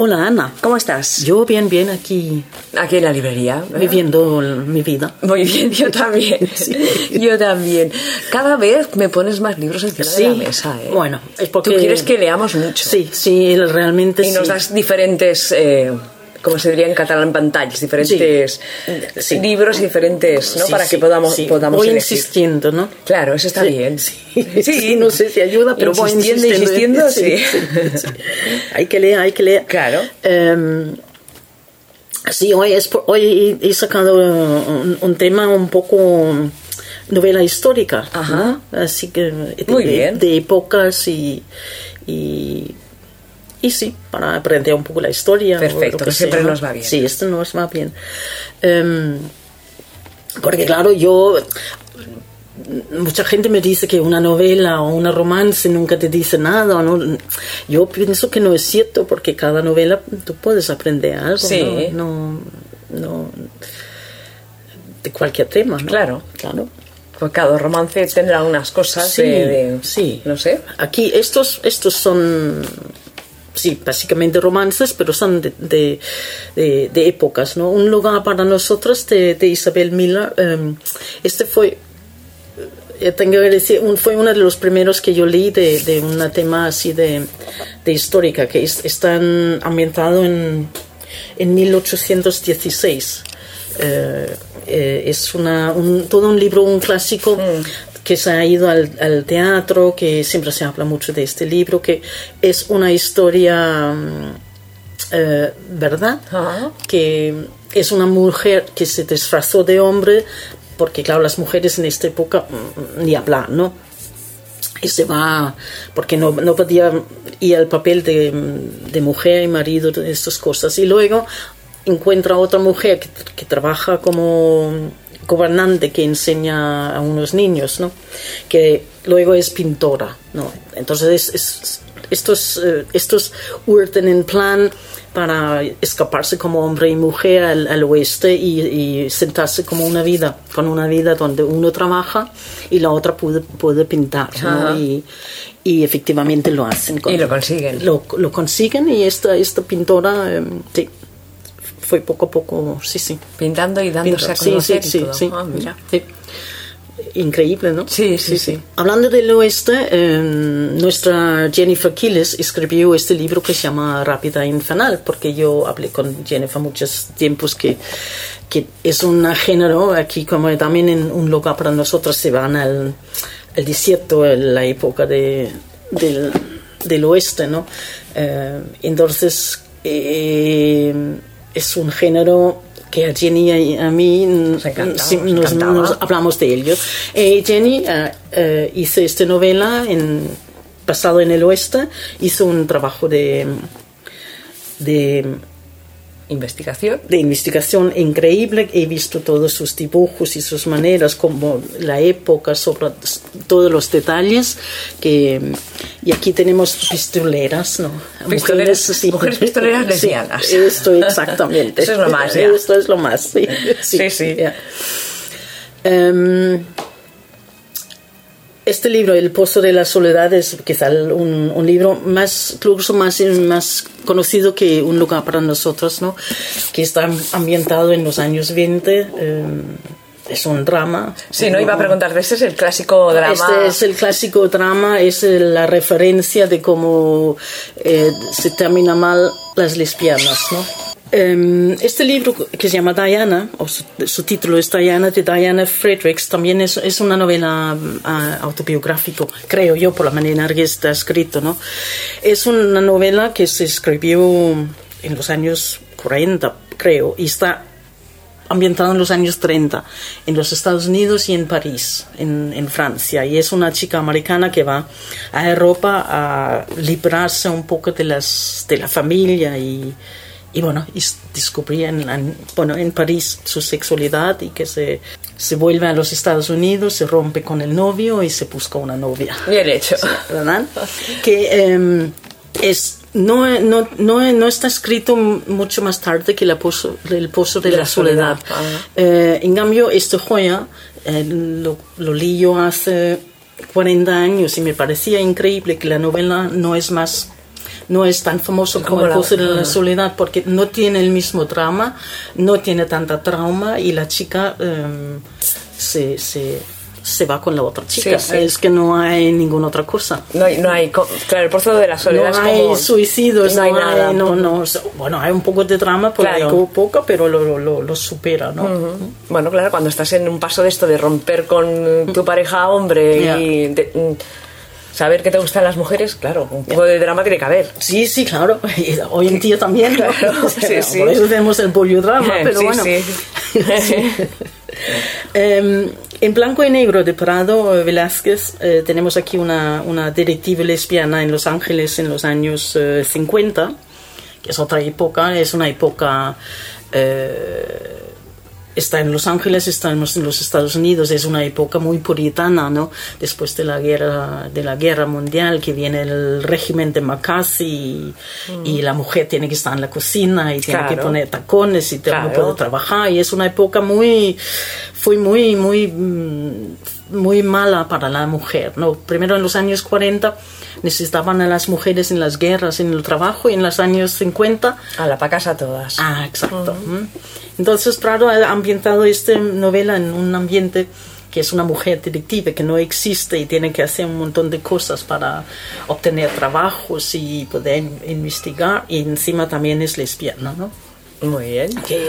Hola Ana. ¿Cómo estás? Yo bien, aquí. Aquí en la librería. Viviendo mi vida. Muy bien, yo también. Sí. Yo también. Cada vez me pones más libros encima de la mesa, ¿eh? Bueno, es porque... Tú quieres que leamos mucho. Sí, realmente y nos das diferentes... como se diría en catalán, pantallas, diferentes libros y diferentes, ¿no? Para que podamos voy elegir. Insistiendo, ¿no? Claro, eso está bien. Sí, no sé si ayuda, pero voy insistiendo. Sí. Hay que leer. Claro. Sí, hoy he sacado un tema un poco novela histórica. Ajá. ¿No? Así que muy bien. De épocas y sí, para aprender un poco la historia. Perfecto, que siempre nos va bien. Sí, esto nos va bien. Porque claro, mucha gente me dice que una novela o una romance nunca te dice nada. ¿No? Yo pienso que no es cierto, porque cada novela tú puedes aprender algo. Sí. No, de cualquier tema, ¿no? Claro. Pues cada romance tendrá unas cosas sí. No sé. Aquí estos son... Sí, básicamente romances, pero son de épocas, ¿no? Un lugar para nosotros de Isabel Miller. Tengo que decir, fue uno de los primeros que yo leí de un tema así de histórica, que está ambientado en 1816. Es todo un libro, un clásico que se ha ido al teatro, que siempre se habla mucho de este libro, que es una historia, ¿verdad? Uh-huh. Que es una mujer que se disfrazó de hombre, porque claro, las mujeres en esta época ni hablar, ¿no? Y se va, porque no podía ir al papel de mujer y marido, de estas cosas. Y luego encuentra a otra mujer que trabaja como gobernante, que enseña a unos niños, ¿no? Que luego es pintora, ¿no? Entonces estos hurten en plan para escaparse como hombre y mujer al oeste y sentarse con una vida donde uno trabaja y la otra puede pintar, ¿no? Y efectivamente lo hacen. Y lo consiguen. Lo consiguen, y esta pintora, sí, fue poco a poco, sí. Pintando y dándose a conocer. Sí. Mira. Sí. Increíble, ¿no? Sí. Hablando del oeste, nuestra Jennifer Quiles escribió este libro que se llama Rápida e Infernal, porque yo hablé con Jennifer muchos tiempos que es un género aquí, como también en un lugar para nosotros se van al desierto, en la época del oeste, ¿no? Entonces es un género que a Jenny y a mí nos hablamos de ello. Jenny hizo esta novela basado en el oeste, hizo un trabajo de investigación increíble. He visto todos sus dibujos y sus maneras, como la época, sobre todos los detalles. Y aquí tenemos pistoleras, ¿no? Mujeres pistoleras lesbianas. Sí, esto exactamente. Eso es lo más, ya. Esto es lo más, sí. Sí. Yeah. Este libro, El Pozo de la Soledad, es quizá un libro incluso más conocido que Un lugar para nosotros, ¿no? Que está ambientado en los años 20. Es un drama. Sí, no iba a preguntarte, este es el clásico drama. Este es el clásico drama, es la referencia de cómo se termina mal las lesbianas, ¿no? Este libro, que se llama Diana, o su título es Diana, de Diana Fredericks, también es una novela autobiográfica, creo yo, por la manera en que está escrito, ¿no? Es una novela que se escribió en los años 40, creo, y está ambientada en los años 30, en los Estados Unidos y en París, en Francia. Y es una chica americana que va a Europa a librarse un poco de la familia y descubrir en París su sexualidad, y que se vuelve a los Estados Unidos, se rompe con el novio y se busca una novia. Bien hecho. ¿Verdad? Que no está escrito mucho más tarde que El Pozo de la Soledad. En cambio, esta joya lo leí yo hace 40 años y me parecía increíble que la novela no es más no es tan famoso como El Pozo de la Soledad, porque no tiene el mismo drama, no tiene tanta trauma, y la chica se va con la otra chica. Sí, sí. Es que no hay ninguna otra cosa. No hay claro, El Pozo de la Soledad no hay como suicidios, no hay nada. Bueno, hay un poco de drama, claro. Hay poco, pero lo supera, ¿no? Bueno, claro, cuando estás en un paso de esto de romper con tu pareja hombre y saber que te gustan las mujeres, claro, un poco de drama tiene que haber. Sí, sí, claro. Y hoy en día también, ¿no? Claro, sí. Por eso tenemos el poliodrama, pero sí, bueno. Sí. En Blanco y Negro de Prado Velázquez tenemos aquí una detective lesbiana en Los Ángeles en los años 50, que es otra época, es una época... está en Los Ángeles, estamos en los Estados Unidos, es una época muy puritana, ¿no? Después de la guerra mundial, que viene el régimen de McCarthy y la mujer tiene que estar en la cocina y tiene que poner tacones y no puede trabajar, y es una época fue muy mala para la mujer, ¿no? Primero en los años 40 necesitaban a las mujeres en las guerras, en el trabajo, y en los años 50... A la pa' casa todas. Ah, exacto. Entonces, Prado ha ambientado esta novela en un ambiente que es una mujer detective que no existe y tiene que hacer un montón de cosas para obtener trabajos y poder investigar, y encima también es lesbiana, ¿no? Muy bien.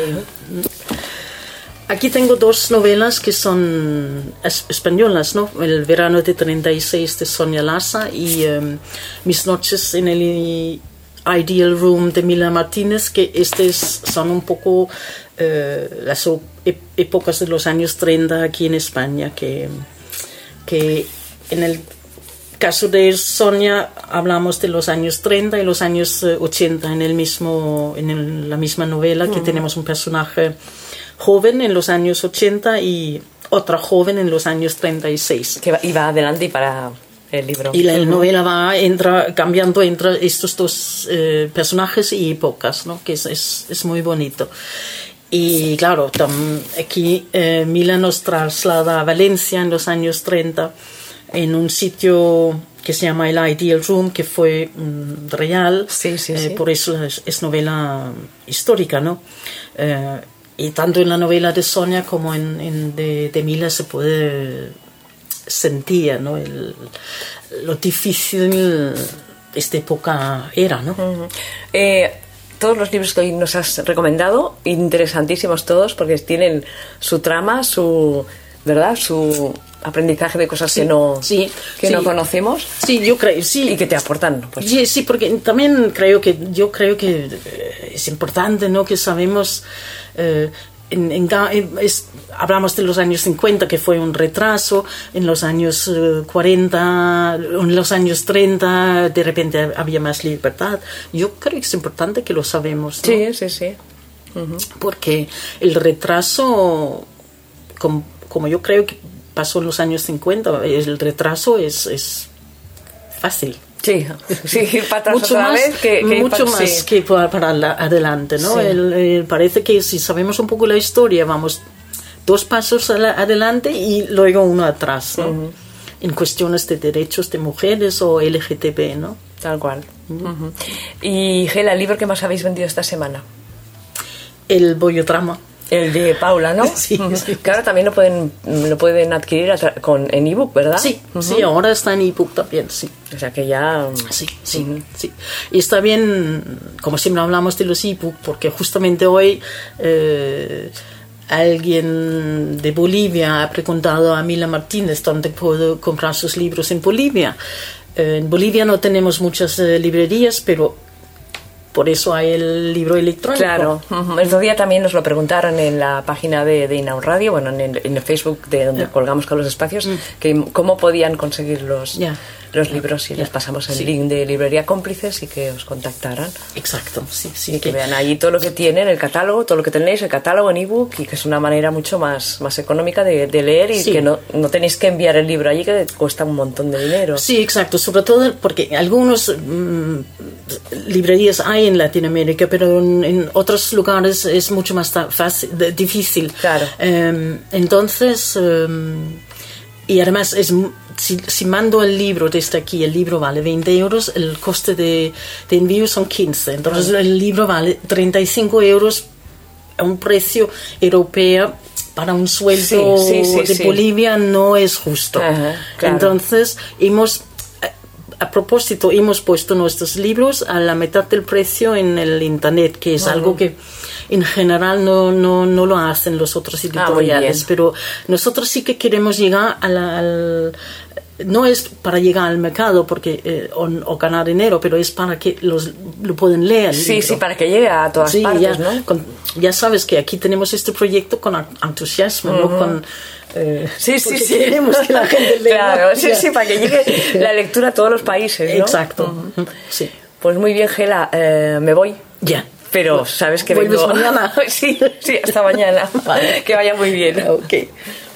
Aquí tengo dos novelas que son españolas, ¿no? El verano de 36 de Sonia Laza y Mis noches en el Ideal Room de Mila Martínez, que son un poco las épocas de los años 30 aquí en España, que en el caso de Sonia hablamos de los años 30 y los años 80 en la misma novela, que tenemos un personaje joven en los años 80 y otra joven en los años 36. Que iba adelante y para el libro. Y la novela cambiando entre estos dos personajes y épocas, ¿no? Que es muy bonito. Y claro, aquí Mila nos traslada a Valencia en los años 30, en un sitio que se llama el Ideal Room, que fue real. Sí. Por eso es novela histórica, ¿no? Y tanto en la novela de Sonia como en de Mila se puede sentir, ¿no? Lo difícil esta época era, ¿no? Todos los libros que hoy nos has recomendado, interesantísimos todos, porque tienen su trama, su aprendizaje de cosas que no conocemos. Sí, yo creo, sí. Y que te aportan. Pues. Sí, porque también creo que es importante, ¿no? Que sabemos... hablamos de los años 50, que fue un retraso. En los años 40, en los años 30 de repente había más libertad. Yo creo que es importante que lo sabemos, ¿no? Sí. Porque el retraso, como yo creo que pasó en los años 50, el retraso es fácil. Sí, para atrás mucho otra más, vez mucho más que para adelante, ¿no? Sí. Parece que si sabemos un poco la historia, vamos 2 pasos adelante y luego uno atrás, ¿no? En cuestiones de derechos de mujeres o LGTB, ¿no? Tal cual. Y Gela, ¿el libro que más habéis vendido esta semana? El Bollodrama. El de Paula, ¿no? Sí. Que ahora también lo pueden adquirir en ebook, ¿verdad? Sí, ahora está en ebook también, sí. O sea que ya... Sí. Y está bien, como siempre hablamos de los ebook, porque justamente hoy alguien de Bolivia ha preguntado a Mila Martínez dónde puedo comprar sus libros en Bolivia. En Bolivia no tenemos muchas librerías, pero... Por eso hay el libro electrónico. Claro. El otro día también nos lo preguntaron en la página de Inaun Radio, bueno, en el Facebook de donde colgamos con los espacios, que cómo podían conseguir los libros, y les pasamos el link de Librería Cómplices y que os contactaran. Exacto, sí. Y que vean ahí todo lo que tienen, el catálogo, todo lo que tenéis, el catálogo en ebook, y que es una manera mucho más económica de leer, y que no tenéis que enviar el libro allí, que cuesta un montón de dinero. Sí, exacto, sobre todo porque algunos librerías hay en Latinoamérica, pero en otros lugares es mucho más difícil. Claro. Entonces, y además es si mando el libro desde aquí, el libro vale 20 euros, el coste de envío son 15. Entonces el libro vale 35 euros a un precio europeo. Para un sueldo de Bolivia no es justo. Claro. Entonces a propósito, hemos puesto nuestros libros a la mitad del precio en el internet, que es algo que en general no lo hacen los otros editoriales, pero nosotros sí que queremos llegar no es para llegar al mercado porque o ganar dinero, pero es para que lo puedan leer. Sí, para que llegue a todas partes, ¿no? Ya sabes que aquí tenemos este proyecto con entusiasmo, ¿no? Con queremos que la gente lea. Claro, sí, para que llegue la lectura a todos los países, ¿no? Exacto. Sí. Pues muy bien, Gela, me voy. Ya. Pero sabes que ¿Vuelves vengo mañana? Sí, hasta mañana. Vale. Que vaya muy bien. Okay.